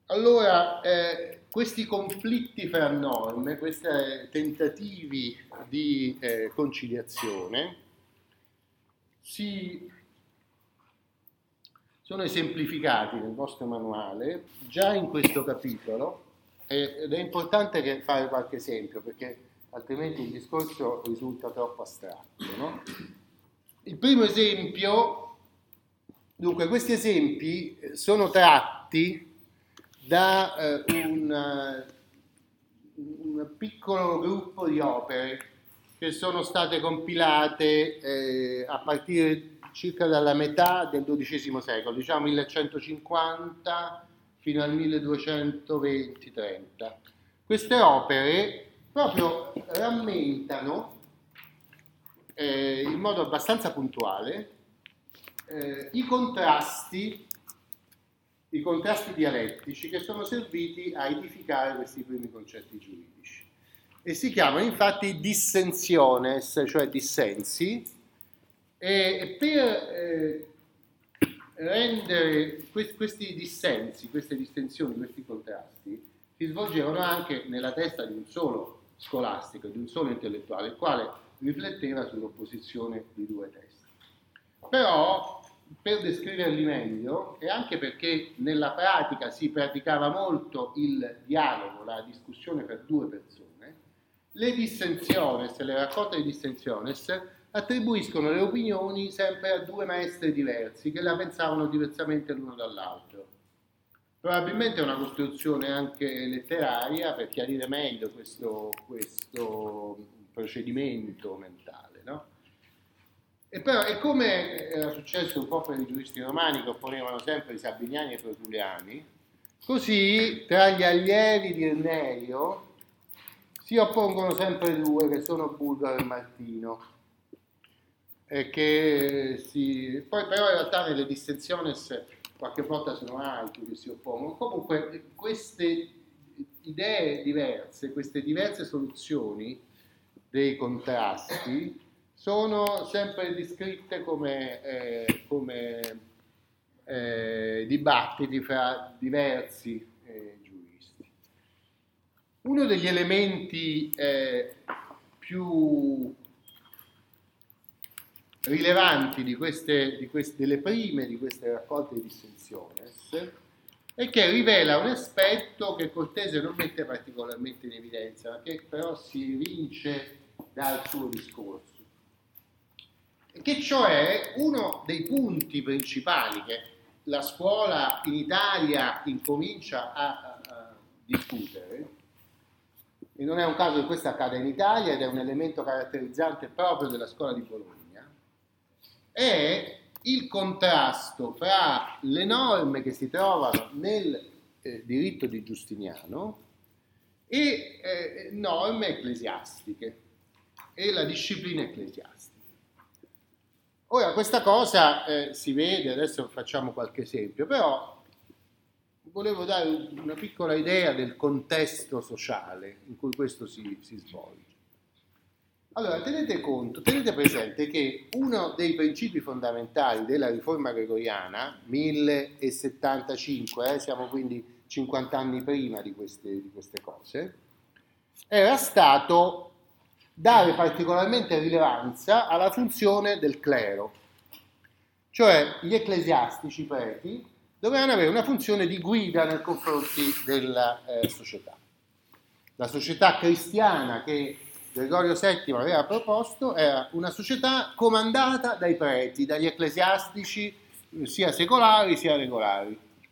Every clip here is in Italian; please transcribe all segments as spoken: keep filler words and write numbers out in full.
Allora, eh, questi conflitti fra norme, questi tentativi di eh, conciliazione si sono esemplificati nel vostro manuale già in questo capitolo eh, ed è importante che fare qualche esempio perché altrimenti il discorso risulta troppo astratto, no? Il primo esempio, dunque questi esempi sono tratti da eh, un, un piccolo gruppo di opere che sono state compilate eh, a partire circa dalla metà del dodicesimo secolo, diciamo millecentocinquanta fino al milleduecentoventi trenta. Queste opere proprio rammentano eh, in modo abbastanza puntuale eh, i contrasti i contrasti dialettici che sono serviti a edificare questi primi concetti giuridici e si chiamano infatti dissensiones, cioè dissensi, e per eh, rendere que- questi dissensi, queste distensioni, questi contrasti si svolgevano anche nella testa di un solo scolastico, di un solo intellettuale, il quale rifletteva sull'opposizione di due testi. Però per descriverli meglio e anche perché nella pratica si praticava molto il dialogo, la discussione per due persone, le dissensiones, le raccolte di dissensiones attribuiscono le opinioni sempre a due maestri diversi che la pensavano diversamente l'uno dall'altro. Probabilmente è una costruzione anche letteraria per chiarire meglio questo, questo procedimento mentale, no? E però è come era successo un po' per i giuristi romani che opponevano sempre i Sabiniani e i Protuliani, così tra gli allievi di Irneio si oppongono sempre due che sono Bulgaro e Martino, e che si... poi però in realtà nelle dissensiones qualche volta sono altri che si oppongono. Comunque queste idee diverse, queste diverse soluzioni dei contrasti sono sempre descritte come, eh, come eh, dibattiti fra diversi eh, giuristi. Uno degli elementi eh, più rilevanti di queste, di queste, delle prime di queste raccolte di dissensiones è che rivela un aspetto che Cortese non mette particolarmente in evidenza, ma che però si evince dal suo discorso, che cioè uno dei punti principali che la scuola in Italia incomincia a, a, a discutere, e non è un caso che questo accada in Italia ed è un elemento caratterizzante proprio della scuola di Bologna, è il contrasto fra le norme che si trovano nel eh, diritto di Giustiniano e eh, norme ecclesiastiche e la disciplina ecclesiastica. Ora, questa cosa eh, si vede, adesso facciamo qualche esempio, però volevo dare una piccola idea del contesto sociale in cui questo si, si svolge. Allora, tenete conto, tenete presente che uno dei principi fondamentali della riforma gregoriana, millesettantacinque, eh, siamo quindi cinquanta anni prima di queste, di queste cose, era stato dare particolarmente rilevanza alla funzione del clero, cioè gli ecclesiastici, i preti, dovevano avere una funzione di guida nei confronti della eh, società. La società cristiana che Gregorio settimo aveva proposto era una società comandata dai preti, dagli ecclesiastici sia secolari sia regolari.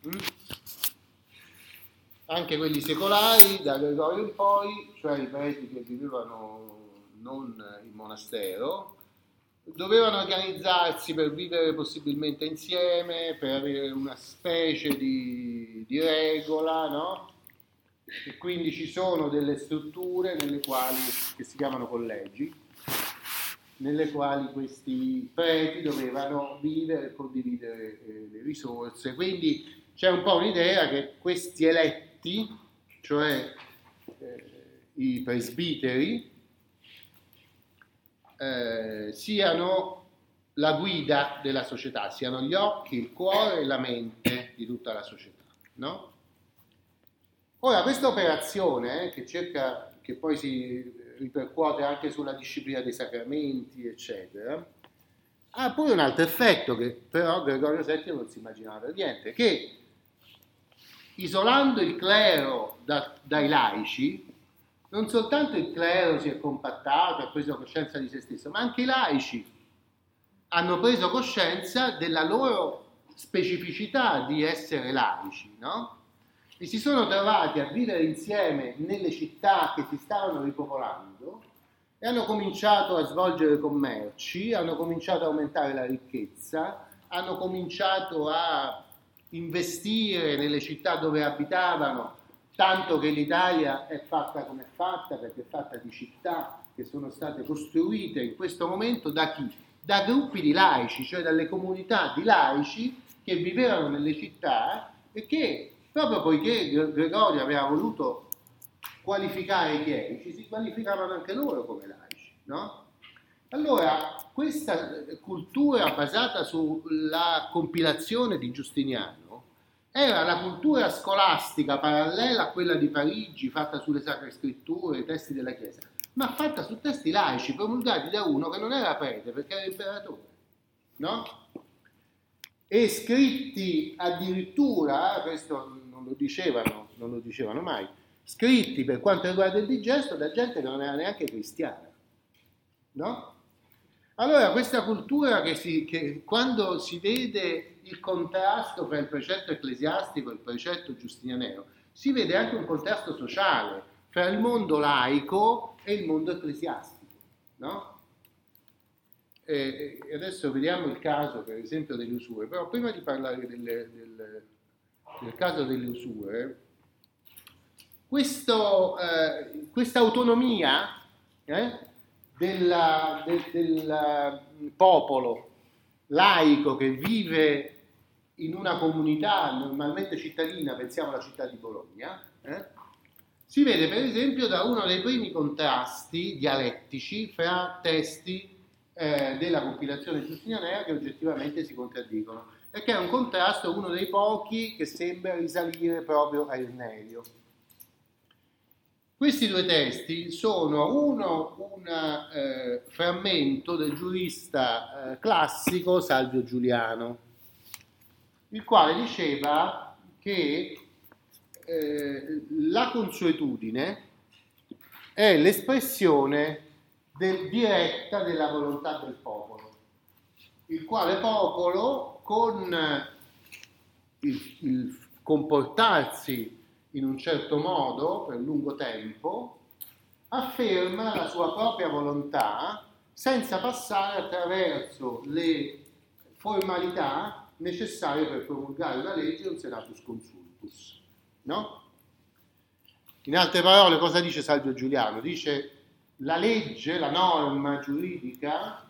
Anche quelli secolari, da Gregorio in poi, cioè i preti che vivevano non in monastero, dovevano organizzarsi per vivere possibilmente insieme, per avere una specie di, di regola, no? E quindi ci sono delle strutture nelle quali, che si chiamano collegi, nelle quali questi preti dovevano vivere e condividere eh, le risorse. Quindi c'è un po' un'idea che questi eletti, cioè eh, i presbiteri, eh, siano la guida della società, siano gli occhi, il cuore e la mente di tutta la società, no? Ora, questa operazione, che cerca, che poi si ripercuote anche sulla disciplina dei sacramenti, eccetera, ha poi un altro effetto che però Gregorio settimo non si immaginava per niente, che isolando il clero da, dai laici, non soltanto il clero si è compattato, ha preso coscienza di se stesso, ma anche i laici hanno preso coscienza della loro specificità di essere laici, no? E si sono trovati a vivere insieme nelle città che si stavano ripopolando e hanno cominciato a svolgere commerci, hanno cominciato a aumentare la ricchezza, hanno cominciato a investire nelle città dove abitavano, tanto che l'Italia è fatta come è fatta, perché è fatta di città che sono state costruite in questo momento da chi? Da gruppi di laici, cioè dalle comunità di laici che vivevano nelle città e che, proprio poiché Gregorio aveva voluto qualificare i chierici, si qualificavano anche loro come laici, no? Allora, questa cultura basata sulla compilazione di Giustiniano era la cultura scolastica parallela a quella di Parigi, fatta sulle sacre scritture, i testi della Chiesa, ma fatta su testi laici promulgati da uno che non era prete perché era imperatore, no? E scritti addirittura, questo non lo dicevano, non lo dicevano mai, scritti per quanto riguarda il digesto da gente che non era neanche cristiana, no? Allora questa cultura che, si, che quando si vede il contrasto tra il precetto ecclesiastico e il precetto giustinianeo, si vede anche un contrasto sociale fra il mondo laico e il mondo ecclesiastico, no? E adesso vediamo il caso, per esempio, delle usure, però prima di parlare delle, del, del caso delle usure, questo, eh, questa autonomia eh, della, del, del popolo laico che vive in una comunità normalmente cittadina, pensiamo alla città di Bologna, eh, si vede per esempio da uno dei primi contrasti dialettici fra testi eh, della compilazione giustinianea che oggettivamente si contraddicono, e che è un contrasto, uno dei pochi che sembra risalire proprio a Irnelio. Questi due testi sono uno un eh, frammento del giurista eh, classico Salvio Giuliano, il quale diceva che eh, la consuetudine è l'espressione del, diretta della volontà del popolo, il quale popolo con il, il comportarsi in un certo modo per lungo tempo afferma la sua propria volontà senza passare attraverso le formalità necessarie per promulgare una legge o un senatus consultus, no? In altre parole, cosa dice Salvio Giuliano? Dice la legge, la norma giuridica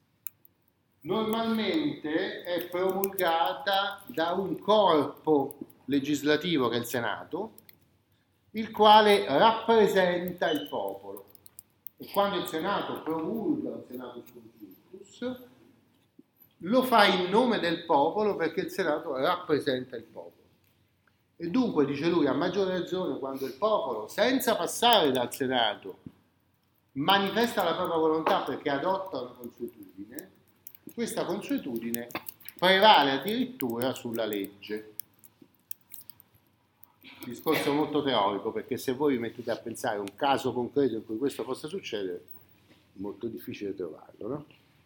normalmente è promulgata da un corpo legislativo che è il Senato, il quale rappresenta il popolo. E quando il Senato promulga un senatus consultus, lo fa in nome del popolo perché il Senato rappresenta il popolo. E dunque, dice lui, a maggior ragione quando il popolo, senza passare dal Senato, manifesta la propria volontà perché adotta una consuetudine, questa consuetudine prevale addirittura sulla legge. Discorso molto teorico, perché se voi vi mettete a pensare a un caso concreto in cui questo possa succedere, è molto difficile trovarlo, no?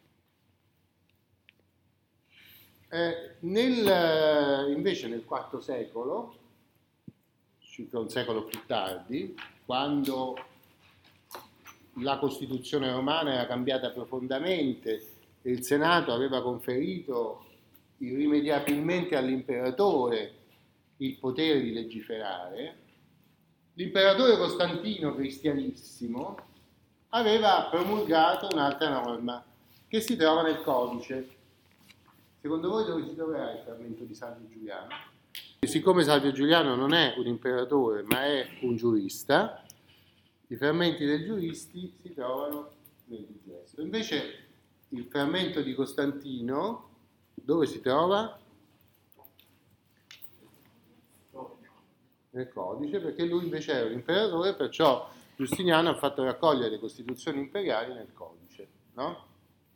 Eh, nel, invece nel quarto secolo, circa un secolo più tardi, quando la Costituzione romana era cambiata profondamente e il Senato aveva conferito irrimediabilmente all'imperatore il potere di legiferare, l'imperatore Costantino, cristianissimo, aveva promulgato un'altra norma che si trova nel codice. Secondo voi dove si troverà il frammento di Salvio Giuliano? E siccome Salvio Giuliano non è un imperatore ma è un giurista, i frammenti dei giuristi si trovano nel digesto. Invece il frammento di Costantino dove si trova? nel codice, perché lui invece era l'imperatore, perciò Giustiniano ha fatto raccogliere le costituzioni imperiali nel codice, no?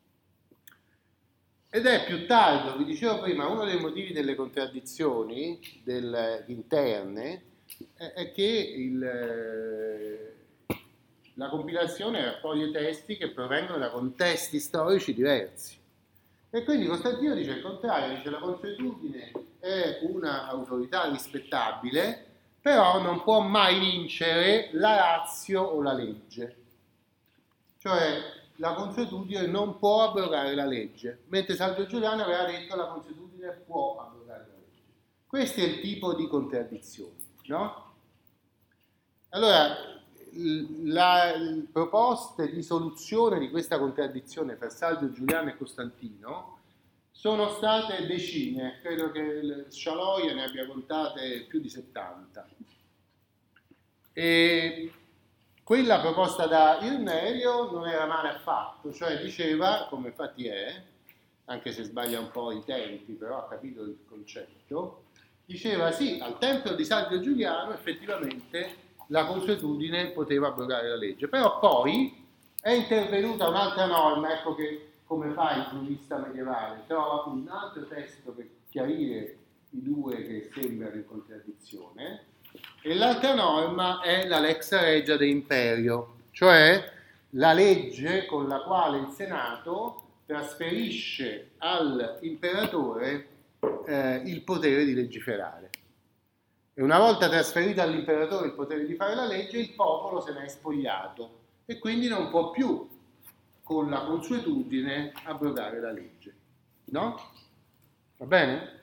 Ed è più tardi, vi dicevo prima, uno dei motivi delle contraddizioni del, interne è, è che il, la compilazione raccoglie testi che provengono da contesti storici diversi. E quindi Costantino dice il contrario, dice la consuetudine è un'autorità rispettabile, però non può mai vincere la ratio o la legge. Cioè la consuetudine non può abrogare la legge, mentre Salvio Giuliano aveva detto che la consuetudine può abrogare la legge. Questo è il tipo di contraddizione, no? Allora, le proposte di soluzione di questa contraddizione fra Salvio Giuliano e Costantino sono state decine, credo che il Scialoia ne abbia contate più di settanta. E quella proposta da Irnerio non era male affatto, cioè diceva, come infatti è, anche se sbaglia un po' i tempi, però ha capito il concetto, diceva sì, al tempo di Salvio Giuliano effettivamente la consuetudine poteva abrogare la legge, però poi è intervenuta un'altra norma, ecco che come fa il giurista medievale, trova un altro testo per chiarire i due che sembrano in contraddizione, e l'altra norma è la lex regia de imperio, cioè la legge con la quale il Senato trasferisce all'imperatore eh, il potere di legiferare. E una volta trasferito all'imperatore il potere di fare la legge, il popolo se ne è spogliato e quindi non può più con la consuetudine abrogare la legge. No? Va bene?